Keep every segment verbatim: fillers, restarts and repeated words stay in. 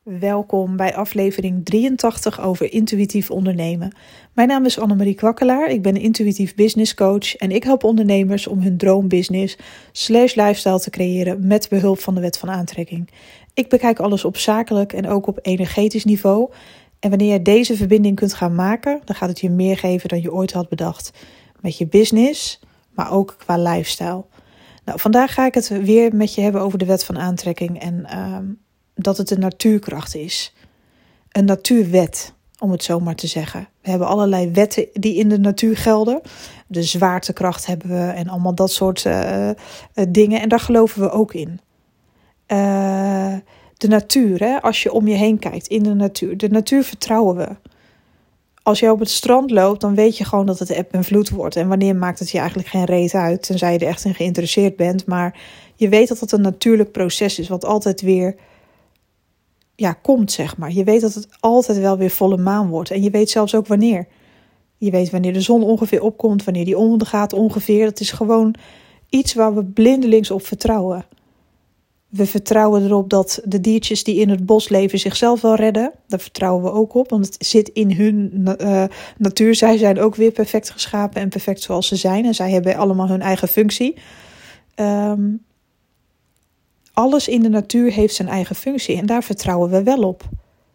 Welkom bij aflevering drieëntachtig over intuïtief ondernemen. Mijn naam is Annemarie Kwakkelaar, ik ben een intuïtief business coach en ik help ondernemers om hun droombusiness slash lifestyle te creëren met behulp van de wet van aantrekking. Ik bekijk alles op zakelijk en ook op energetisch niveau. En wanneer je deze verbinding kunt gaan maken, dan gaat het je meer geven dan je ooit had bedacht. Met je business, maar ook qua lifestyle. Nou, vandaag ga ik het weer met je hebben over de wet van aantrekking en uh, dat het een natuurkracht is. Een natuurwet, om het zo maar te zeggen. We hebben allerlei wetten die in de natuur gelden. De zwaartekracht hebben we en allemaal dat soort uh, uh, dingen. En daar geloven we ook in. Uh, de natuur, hè, als je om je heen kijkt, in de natuur. De natuur vertrouwen we. Als je op het strand loopt, dan weet je gewoon dat het eb en vloed wordt. En wanneer maakt het je eigenlijk geen reet uit, tenzij je er echt in geïnteresseerd bent. Maar je weet dat het een natuurlijk proces is, wat altijd weer ja, komt, zeg maar. Je weet dat het altijd wel weer volle maan wordt. En je weet zelfs ook wanneer. Je weet wanneer de zon ongeveer opkomt, wanneer die ondergaat ongeveer. Dat is gewoon iets waar we blindelings op vertrouwen. We vertrouwen erop dat de diertjes die in het bos leven zichzelf wel redden. Daar vertrouwen we ook op, want het zit in hun uh, natuur. Zij zijn ook weer perfect geschapen en perfect zoals ze zijn. En zij hebben allemaal hun eigen functie. Um, alles in de natuur heeft zijn eigen functie en daar vertrouwen we wel op.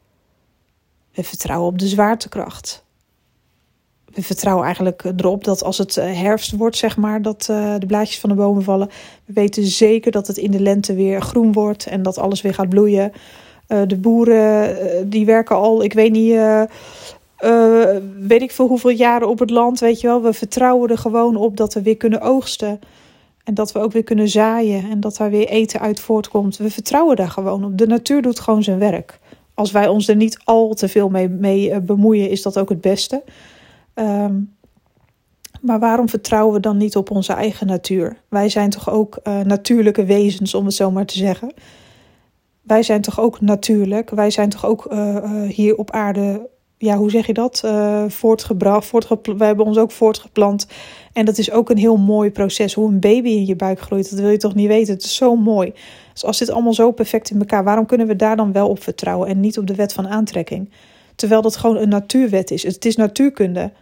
We vertrouwen op de zwaartekracht. We vertrouwen eigenlijk erop dat als het herfst wordt, zeg maar, dat uh, de blaadjes van de bomen vallen. We weten zeker dat het in de lente weer groen wordt en dat alles weer gaat bloeien. Uh, de boeren, uh, die werken al, ik weet niet, uh, uh, weet ik veel hoeveel jaren op het land, weet je wel. We vertrouwen er gewoon op dat we weer kunnen oogsten. En dat we ook weer kunnen zaaien en dat daar weer eten uit voortkomt. We vertrouwen daar gewoon op. De natuur doet gewoon zijn werk. Als wij ons er niet al te veel mee, mee bemoeien, is dat ook het beste. Um, maar waarom vertrouwen we dan niet op onze eigen natuur? Wij zijn toch ook uh, natuurlijke wezens, om het zo maar te zeggen. Wij zijn toch ook natuurlijk. Wij zijn toch ook uh, uh, hier op aarde, ja, hoe zeg je dat? Uh, voortgebracht. Voortgepl- wij hebben ons ook voortgeplant. En dat is ook een heel mooi proces. Hoe een baby in je buik groeit, dat wil je toch niet weten. Het is zo mooi. Dus als dit allemaal zo perfect in elkaar, waarom kunnen we daar dan wel op vertrouwen en niet op de wet van aantrekking? Terwijl dat gewoon een natuurwet is. Het is natuurkunde.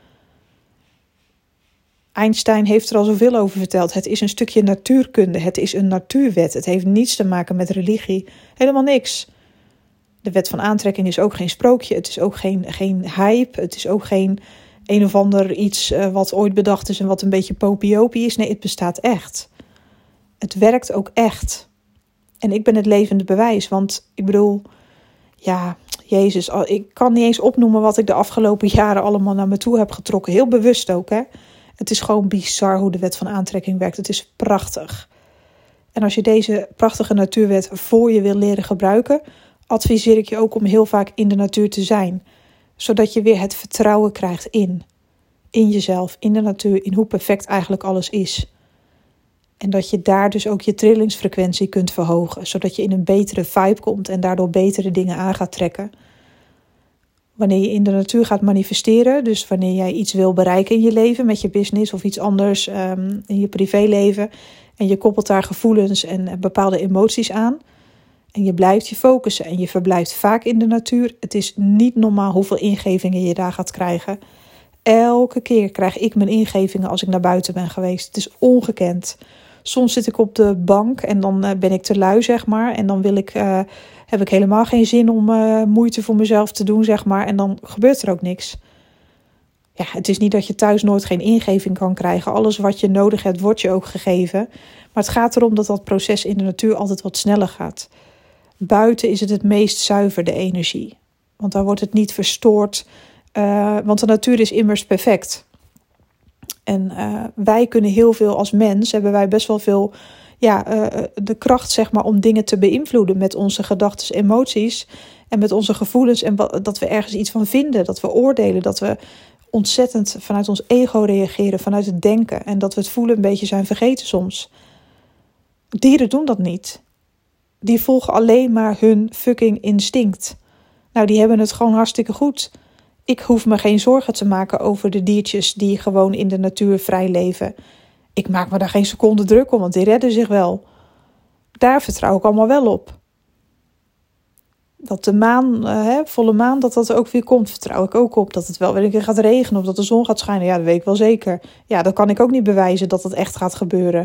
Einstein heeft er al zoveel over verteld. Het is een stukje natuurkunde. Het is een natuurwet. Het heeft niets te maken met religie. Helemaal niks. De wet van aantrekking is ook geen sprookje. Het is ook geen, geen hype. Het is ook geen een of ander iets uh, wat ooit bedacht is en wat een beetje popiopie is. Nee, het bestaat echt. Het werkt ook echt. En ik ben het levende bewijs. Want ik bedoel, ja, Jezus, ik kan niet eens opnoemen wat ik de afgelopen jaren allemaal naar me toe heb getrokken. Heel bewust ook, hè. Het is gewoon bizar hoe de wet van aantrekking werkt. Het is prachtig. En als je deze prachtige natuurwet voor je wil leren gebruiken, adviseer ik je ook om heel vaak in de natuur te zijn. Zodat je weer het vertrouwen krijgt in. In jezelf, in de natuur, in hoe perfect eigenlijk alles is. En dat je daar dus ook je trillingsfrequentie kunt verhogen. Zodat je in een betere vibe komt en daardoor betere dingen aan gaat trekken. Wanneer je in de natuur gaat manifesteren, dus wanneer jij iets wil bereiken in je leven met je business of iets anders um, in je privéleven. En je koppelt daar gevoelens en bepaalde emoties aan. En je blijft je focussen en je verblijft vaak in de natuur. Het is niet normaal hoeveel ingevingen je daar gaat krijgen. Elke keer krijg ik mijn ingevingen als ik naar buiten ben geweest. Het is ongekend. Soms zit ik op de bank en dan uh, ben ik te lui, zeg maar. En dan wil ik, uh, heb ik helemaal geen zin om uh, moeite voor mezelf te doen, zeg maar. En dan gebeurt er ook niks. Ja, het is niet dat je thuis nooit geen ingeving kan krijgen. Alles wat je nodig hebt, wordt je ook gegeven. Maar het gaat erom dat dat proces in de natuur altijd wat sneller gaat. Buiten is het het meest zuiver, de energie. Want daar wordt het niet verstoord. Uh, want de natuur is immers perfect. En uh, wij kunnen heel veel als mens, hebben wij best wel veel ja, uh, de kracht, zeg maar, om dingen te beïnvloeden met onze gedachten, emoties en met onze gevoelens. En wat, dat we ergens iets van vinden, dat we oordelen, dat we ontzettend vanuit ons ego reageren, vanuit het denken. En dat we het voelen een beetje zijn vergeten soms. Dieren doen dat niet. Die volgen alleen maar hun fucking instinct. Nou, die hebben het gewoon hartstikke goed. Ik hoef me geen zorgen te maken over de diertjes die gewoon in de natuur vrij leven. Ik maak me daar geen seconde druk om, want die redden zich wel. Daar vertrouw ik allemaal wel op. Dat de maan, uh, hè, volle maan, dat dat ook weer komt. Vertrouw ik ook op dat het wel weer een keer gaat regenen of dat de zon gaat schijnen. Ja, dat weet ik wel zeker. Ja, dat kan ik ook niet bewijzen dat het echt gaat gebeuren.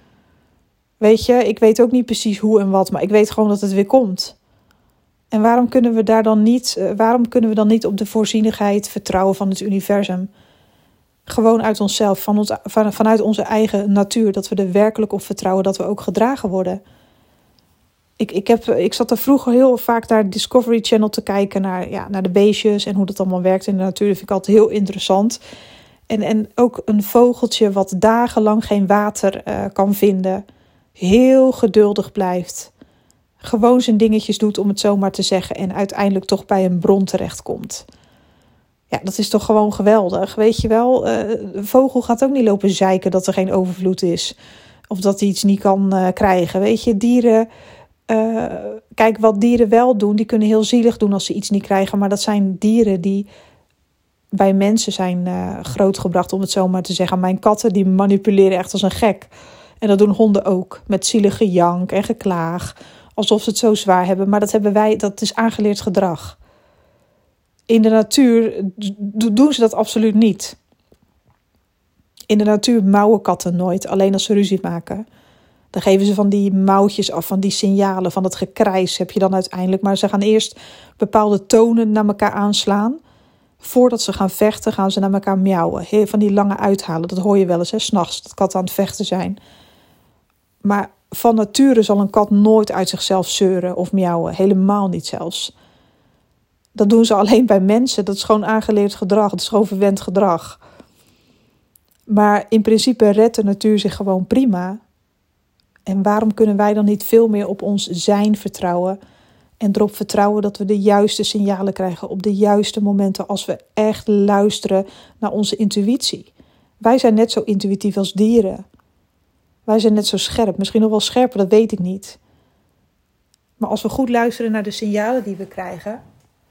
Weet je, ik weet ook niet precies hoe en wat, maar ik weet gewoon dat het weer komt. En waarom kunnen we daar dan niet, uh, waarom kunnen we dan niet op de voorzienigheid vertrouwen van het universum? Gewoon uit onszelf, van ons, van, vanuit onze eigen natuur. Dat we er werkelijk op vertrouwen dat we ook gedragen worden. Ik, ik, heb, ik zat er vroeger heel vaak naar Discovery Channel te kijken. Naar, ja, naar de beestjes en hoe dat allemaal werkt in de natuur. Dat vind ik altijd heel interessant. En, en ook een vogeltje wat dagenlang geen water uh, kan vinden. Heel geduldig blijft. Gewoon zijn dingetjes doet, om het zo maar te zeggen. En uiteindelijk toch bij een bron terechtkomt. Ja, dat is toch gewoon geweldig. Weet je wel, uh, een vogel gaat ook niet lopen zeiken dat er geen overvloed is. Of dat hij iets niet kan uh, krijgen. Weet je, dieren... Uh, kijk, wat dieren wel doen, die kunnen heel zielig doen als ze iets niet krijgen. Maar dat zijn dieren die bij mensen zijn uh, grootgebracht, om het zo maar te zeggen. Mijn katten, die manipuleren echt als een gek. En dat doen honden ook, met zielige jank en geklaag. Alsof ze het zo zwaar hebben. Maar dat hebben wij, dat is aangeleerd gedrag. In de natuur doen ze dat absoluut niet. In de natuur mauwen katten nooit, alleen als ze ruzie maken. Dan geven ze van die mouwtjes af, van die signalen, van het gekrijs heb je dan uiteindelijk. Maar ze gaan eerst bepaalde tonen naar elkaar aanslaan. Voordat ze gaan vechten, gaan ze naar elkaar miauwen. Van die lange uithalen, dat hoor je wel eens, hè, 's nachts, dat katten aan het vechten zijn. Maar van nature zal een kat nooit uit zichzelf zeuren of miauwen. Helemaal niet zelfs. Dat doen ze alleen bij mensen. Dat is gewoon aangeleerd gedrag. Dat is gewoon verwend gedrag. Maar in principe redt de natuur zich gewoon prima. En waarom kunnen wij dan niet veel meer op ons zijn vertrouwen? En erop vertrouwen dat we de juiste signalen krijgen op de juiste momenten als we echt luisteren naar onze intuïtie. Wij zijn net zo intuïtief als dieren. Wij zijn net zo scherp. Misschien nog wel scherper, dat weet ik niet. Maar als we goed luisteren naar de signalen die we krijgen,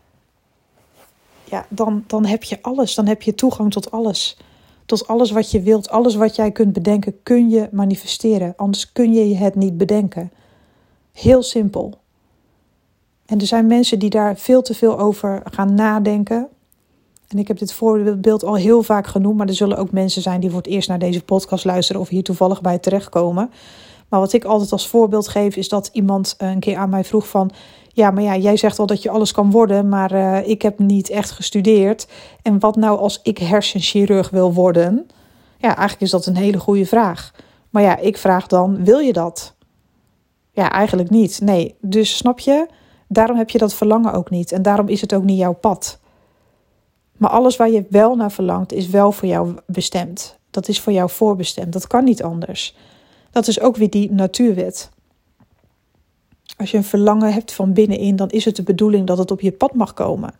ja, dan, dan heb je alles. Dan heb je toegang tot alles. Tot alles wat je wilt, alles wat jij kunt bedenken, kun je manifesteren. Anders kun je het niet bedenken. Heel simpel. En er zijn mensen die daar veel te veel over gaan nadenken. En ik heb dit voorbeeld al heel vaak genoemd, maar er zullen ook mensen zijn die voor het eerst naar deze podcast luisteren of hier toevallig bij terechtkomen. Maar wat ik altijd als voorbeeld geef is dat iemand een keer aan mij vroeg van, ja, maar ja, jij zegt wel dat je alles kan worden, maar uh, ik heb niet echt gestudeerd. En wat nou als ik hersenchirurg wil worden? Ja, eigenlijk is dat een hele goede vraag. Maar ja, ik vraag dan, wil je dat? Ja, eigenlijk niet. Nee, dus snap je? Daarom heb je dat verlangen ook niet. En daarom is het ook niet jouw pad. Maar alles waar je wel naar verlangt, is wel voor jou bestemd. Dat is voor jou voorbestemd. Dat kan niet anders. Dat is ook weer die natuurwet. Als je een verlangen hebt van binnenin, dan is het de bedoeling dat het op je pad mag komen.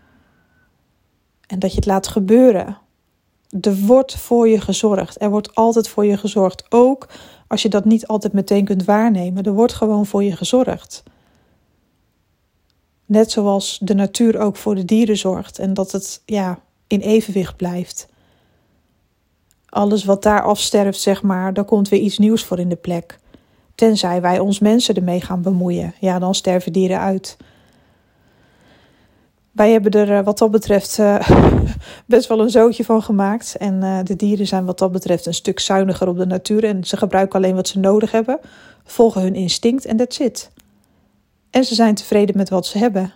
En dat je het laat gebeuren. Er wordt voor je gezorgd. Er wordt altijd voor je gezorgd. Ook als je dat niet altijd meteen kunt waarnemen. Er wordt gewoon voor je gezorgd. Net zoals de natuur ook voor de dieren zorgt. En dat het ja, in evenwicht blijft. Alles wat daar afsterft, zeg maar, daar komt weer iets nieuws voor in de plek. Tenzij wij ons mensen ermee gaan bemoeien. Ja, dan sterven dieren uit. Wij hebben er wat dat betreft uh, best wel een zootje van gemaakt. En uh, de dieren zijn wat dat betreft een stuk zuiniger op de natuur. En ze gebruiken alleen wat ze nodig hebben. Volgen hun instinct en that's it. En ze zijn tevreden met wat ze hebben.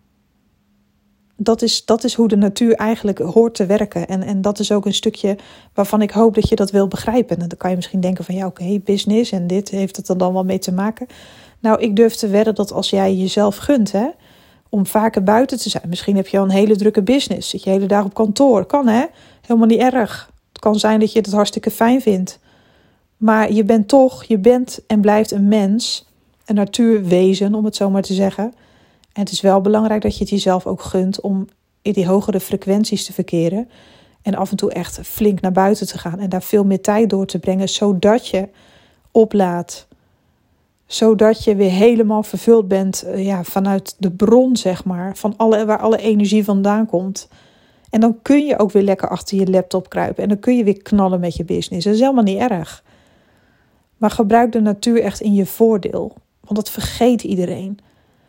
Dat is, dat is hoe de natuur eigenlijk hoort te werken. En, en dat is ook een stukje waarvan ik hoop dat je dat wil begrijpen. En dan kan je misschien denken van ja, oké, okay, business en dit, heeft het er dan wel mee te maken? Nou, ik durf te wedden dat als jij jezelf gunt, hè, om vaker buiten te zijn. Misschien heb je al een hele drukke business. Zit je de hele dag op kantoor. Kan hè? Helemaal niet erg. Het kan zijn dat je het hartstikke fijn vindt. Maar je bent toch, je bent en blijft een mens. Een natuurwezen, om het zo maar te zeggen. En het is wel belangrijk dat je het jezelf ook gunt om in die hogere frequenties te verkeren. En af en toe echt flink naar buiten te gaan. En daar veel meer tijd door te brengen, zodat je oplaadt. Zodat je weer helemaal vervuld bent ja, vanuit de bron, zeg maar. Van alle, waar alle energie vandaan komt. En dan kun je ook weer lekker achter je laptop kruipen. En dan kun je weer knallen met je business. Dat is helemaal niet erg. Maar gebruik de natuur echt in je voordeel. Want dat vergeet iedereen.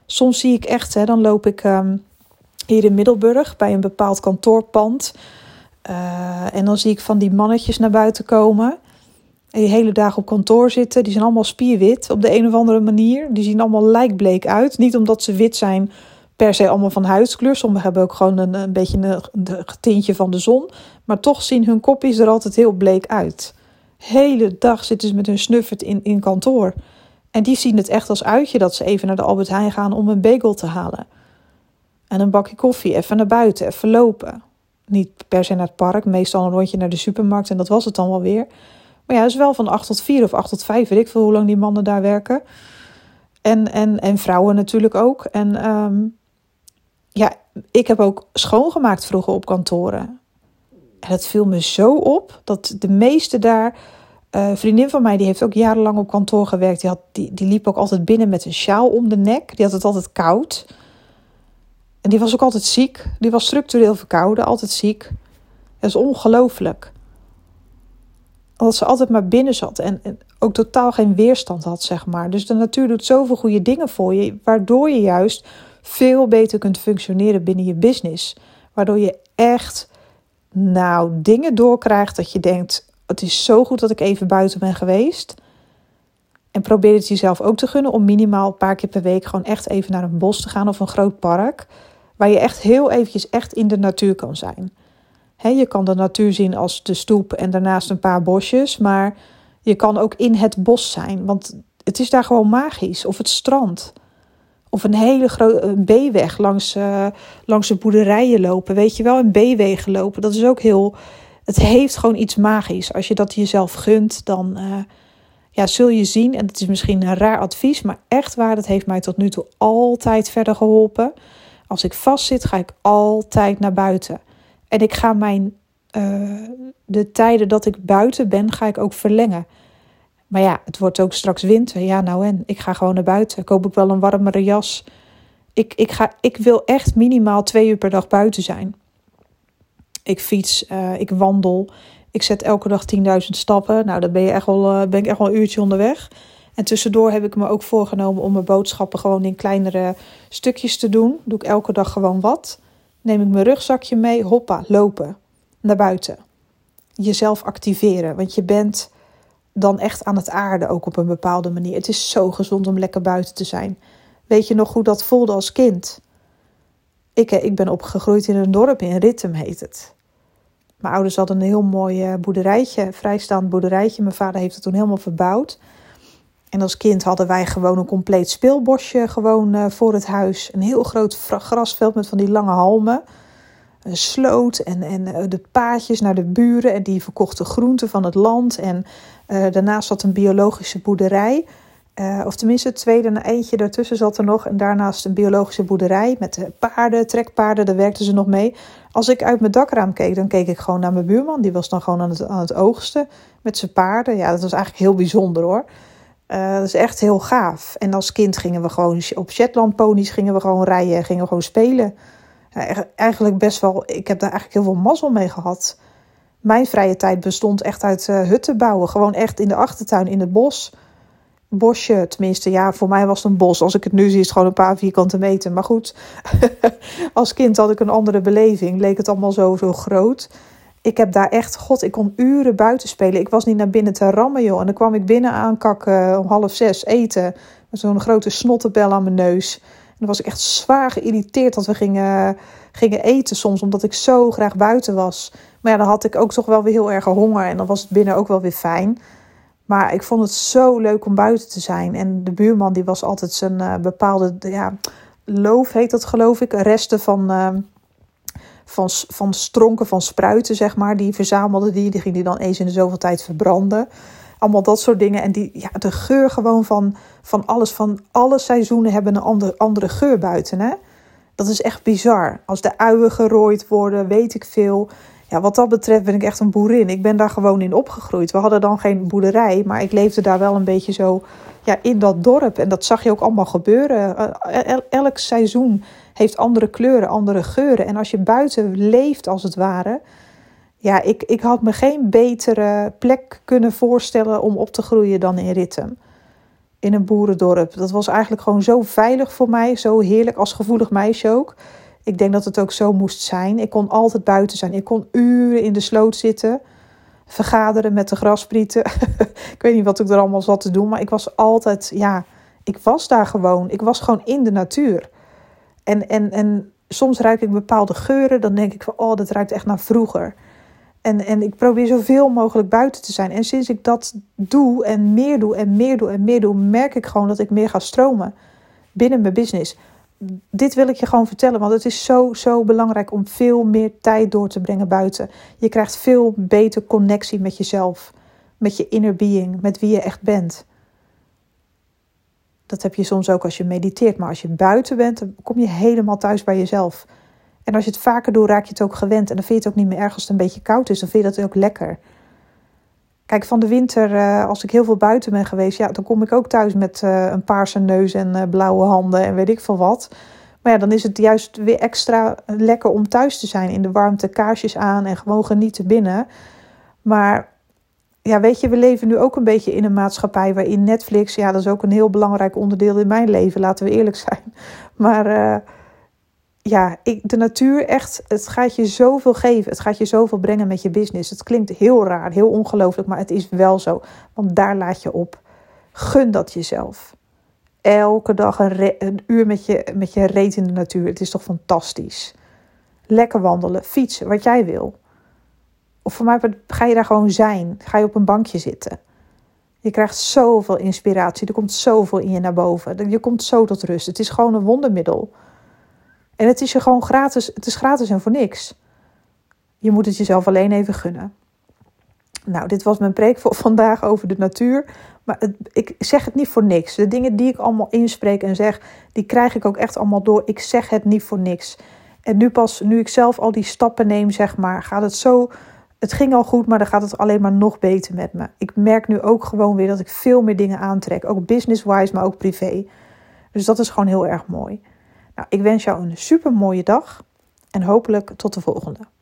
Soms zie ik echt, hè, dan loop ik um, hier in Middelburg bij een bepaald kantoorpand. Uh, en dan zie ik van die mannetjes naar buiten komen. En die hele dag op kantoor zitten. Die zijn allemaal spierwit op de een of andere manier. Die zien allemaal lijkbleek uit. Niet omdat ze wit zijn per se allemaal van huidskleur. Sommigen hebben ook gewoon een, een beetje een, een tintje van de zon. Maar toch zien hun kopjes er altijd heel bleek uit. Hele dag zitten ze met hun snuffert in, in kantoor. En die zien het echt als uitje dat ze even naar de Albert Heijn gaan om een bagel te halen. En een bakje koffie, even naar buiten, even lopen. Niet per se naar het park, meestal een rondje naar de supermarkt en dat was het dan wel weer. Maar ja, het is wel van acht tot vier of acht tot vijf, weet ik veel hoe lang die mannen daar werken. En, en, en vrouwen natuurlijk ook. En um, ja, ik heb ook schoongemaakt vroeger op kantoren. En het viel me zo op dat de meeste daar... Uh, een vriendin van mij, die heeft ook jarenlang op kantoor gewerkt. Die, had, die, die liep ook altijd binnen met een sjaal om de nek. Die had het altijd koud. En die was ook altijd ziek. Die was structureel verkouden, altijd ziek. Dat is ongelooflijk. Omdat ze altijd maar binnen zat. En, en ook totaal geen weerstand had, zeg maar. Dus de natuur doet zoveel goede dingen voor je. Waardoor je juist veel beter kunt functioneren binnen je business. Waardoor je echt, nou, dingen doorkrijgt dat je denkt... Het is zo goed dat ik even buiten ben geweest. En probeer het jezelf ook te gunnen om minimaal een paar keer per week gewoon echt even naar een bos te gaan of een groot park. Waar je echt heel eventjes echt in de natuur kan zijn. He, je kan de natuur zien als de stoep en daarnaast een paar bosjes. Maar je kan ook in het bos zijn. Want het is daar gewoon magisch. Of het strand. Of een hele grote B-weg langs, uh, langs de boerderijen lopen. Weet je wel, een B-wegen lopen. Dat is ook heel... Het heeft gewoon iets magisch. Als je dat jezelf gunt, dan uh, ja, zul je zien. En het is misschien een raar advies, maar echt waar. Dat heeft mij tot nu toe altijd verder geholpen. Als ik vastzit, ga ik altijd naar buiten. En ik ga mijn, uh, de tijden dat ik buiten ben, ga ik ook verlengen. Maar ja, het wordt ook straks winter. Ja, nou en, ik ga gewoon naar buiten. Koop ik wel een warmere jas. Ik, ik, ga, ik wil echt minimaal twee uur per dag buiten zijn. Ik fiets, uh, ik wandel. Ik zet elke dag tienduizend stappen. Nou, dan ben, je echt wel, uh, ben ik echt wel een uurtje onderweg. En tussendoor heb ik me ook voorgenomen om mijn boodschappen gewoon in kleinere stukjes te doen. Doe ik elke dag gewoon wat. Neem ik mijn rugzakje mee, hoppa, lopen. Naar buiten. Jezelf activeren, want je bent dan echt aan het aarden ook op een bepaalde manier. Het is zo gezond om lekker buiten te zijn. Weet je nog hoe dat voelde als kind? Ik, ik ben opgegroeid in een dorp, in Rittem heet het. Mijn ouders hadden een heel mooi boerderijtje, vrijstaand boerderijtje. Mijn vader heeft het toen helemaal verbouwd. En als kind hadden wij gewoon een compleet speelbosje gewoon uh, voor het huis. Een heel groot grasveld met van die lange halmen. Een sloot en, en uh, de paadjes naar de buren. En die verkochten groenten van het land. En uh, daarnaast zat een biologische boerderij. Uh, of tenminste, het tweede en eentje daartussen zat er nog. En daarnaast een biologische boerderij met uh, paarden, trekpaarden. Daar werkten ze nog mee. Als ik uit mijn dakraam keek, dan keek ik gewoon naar mijn buurman. Die was dan gewoon aan het, aan het oogsten met zijn paarden. Ja, dat was eigenlijk heel bijzonder hoor. Uh, dat is echt heel gaaf. En als kind gingen we gewoon op Shetland ponies gingen we gewoon rijden. Gingen we gewoon spelen. Ja, eigenlijk best wel, ik heb daar eigenlijk heel veel mazzel mee gehad. Mijn vrije tijd bestond echt uit uh, hutten bouwen. Gewoon echt in de achtertuin, in het bos. Bosje, tenminste, ja, voor mij was het een bos. Als ik het nu zie, is het gewoon een paar vierkante meter. Maar goed, als kind had ik een andere beleving. Leek het allemaal zo, zo groot. Ik heb daar echt, god, ik kon uren buiten spelen. Ik was niet naar binnen te rammen, joh. En dan kwam ik binnen aankakken om half zes eten. Met zo'n grote snottenbel aan mijn neus. En dan was ik echt zwaar geïrriteerd dat we gingen, gingen eten soms. Omdat ik zo graag buiten was. Maar ja, dan had ik ook toch wel weer heel erg honger. En dan was het binnen ook wel weer fijn. Maar ik vond het zo leuk om buiten te zijn. En de buurman die was altijd zijn uh, bepaalde, ja, loof heet dat geloof ik. Resten van, uh, van, van stronken van spruiten, zeg maar. Die verzamelde die. Die ging die dan eens in de zoveel tijd verbranden. Allemaal dat soort dingen. En die, ja, de geur gewoon van, van alles. Van alle seizoenen hebben een andere, andere geur buiten. Hè? Dat is echt bizar. Als de uien gerooid worden, weet ik veel. Ja, wat dat betreft ben ik echt een boerin. Ik ben daar gewoon in opgegroeid. We hadden dan geen boerderij, maar ik leefde daar wel een beetje zo ja, in dat dorp. En dat zag je ook allemaal gebeuren. El- elk seizoen heeft andere kleuren, andere geuren. En als je buiten leeft als het ware. Ja, ik, ik had me geen betere plek kunnen voorstellen om op te groeien dan in Rittem. in een boerendorp. Dat was eigenlijk gewoon zo veilig voor mij. Zo heerlijk als gevoelig meisje ook. Ik denk dat het ook zo moest zijn. Ik kon altijd buiten zijn. Ik kon uren in de sloot zitten. Vergaderen met de grasprieten. Ik weet niet wat ik er allemaal zat te doen. Maar ik was altijd, ja, ik was daar gewoon. Ik was gewoon in de natuur. En, en, en soms ruik ik bepaalde geuren. Dan denk ik van, oh, dat ruikt echt naar vroeger. En, en ik probeer zoveel mogelijk buiten te zijn. En sinds ik dat doe en meer doe en meer doe en meer doe, merk ik gewoon dat ik meer ga stromen binnen mijn business. Dit wil ik je gewoon vertellen, want het is zo, zo belangrijk om veel meer tijd door te brengen buiten. Je krijgt veel beter connectie met jezelf, met je inner being, met wie je echt bent. Dat heb je soms ook als je mediteert, maar als je buiten bent, dan kom je helemaal thuis bij jezelf. En als je het vaker doet, raak je het ook gewend. En dan vind je het ook niet meer erg als het een beetje koud is. Dan vind je dat ook lekker. Kijk, van de winter, uh, als ik heel veel buiten ben geweest, ja, dan kom ik ook thuis met uh, een paarse neus en uh, blauwe handen en weet ik veel wat. Maar ja, dan is het juist weer extra lekker om thuis te zijn. In de warmte, kaarsjes aan en gewoon genieten binnen. Maar ja, weet je, we leven nu ook een beetje in een maatschappij waarin Netflix, ja, dat is ook een heel belangrijk onderdeel in mijn leven, laten we eerlijk zijn. Maar uh, ja, ik, de natuur echt, het gaat je zoveel geven. Het gaat je zoveel brengen met je business. Het klinkt heel raar, heel ongelooflijk, maar het is wel zo. Want daar laat je op. Gun dat jezelf. Elke dag een, re- een uur met je, met je reet in de natuur. Het is toch fantastisch. Lekker wandelen, fietsen, wat jij wil. Of voor mij ga je daar gewoon zijn. Ga je op een bankje zitten. Je krijgt zoveel inspiratie. Er komt zoveel in je naar boven. Je komt zo tot rust. Het is gewoon een wondermiddel. En het is je gewoon gratis. Het is gratis en voor niks. Je moet het jezelf alleen even gunnen. Nou, dit was mijn preek voor vandaag over de natuur. Maar het, ik zeg het niet voor niks. De dingen die ik allemaal inspreek en zeg, die krijg ik ook echt allemaal door. Ik zeg het niet voor niks. En nu pas, nu ik zelf al die stappen neem, zeg maar, gaat het zo. Het ging al goed, maar dan gaat het alleen maar nog beter met me. Ik merk nu ook gewoon weer dat ik veel meer dingen aantrek. Ook business-wise, maar ook privé. Dus dat is gewoon heel erg mooi. Nou, ik wens jou een super mooie dag. En hopelijk tot de volgende.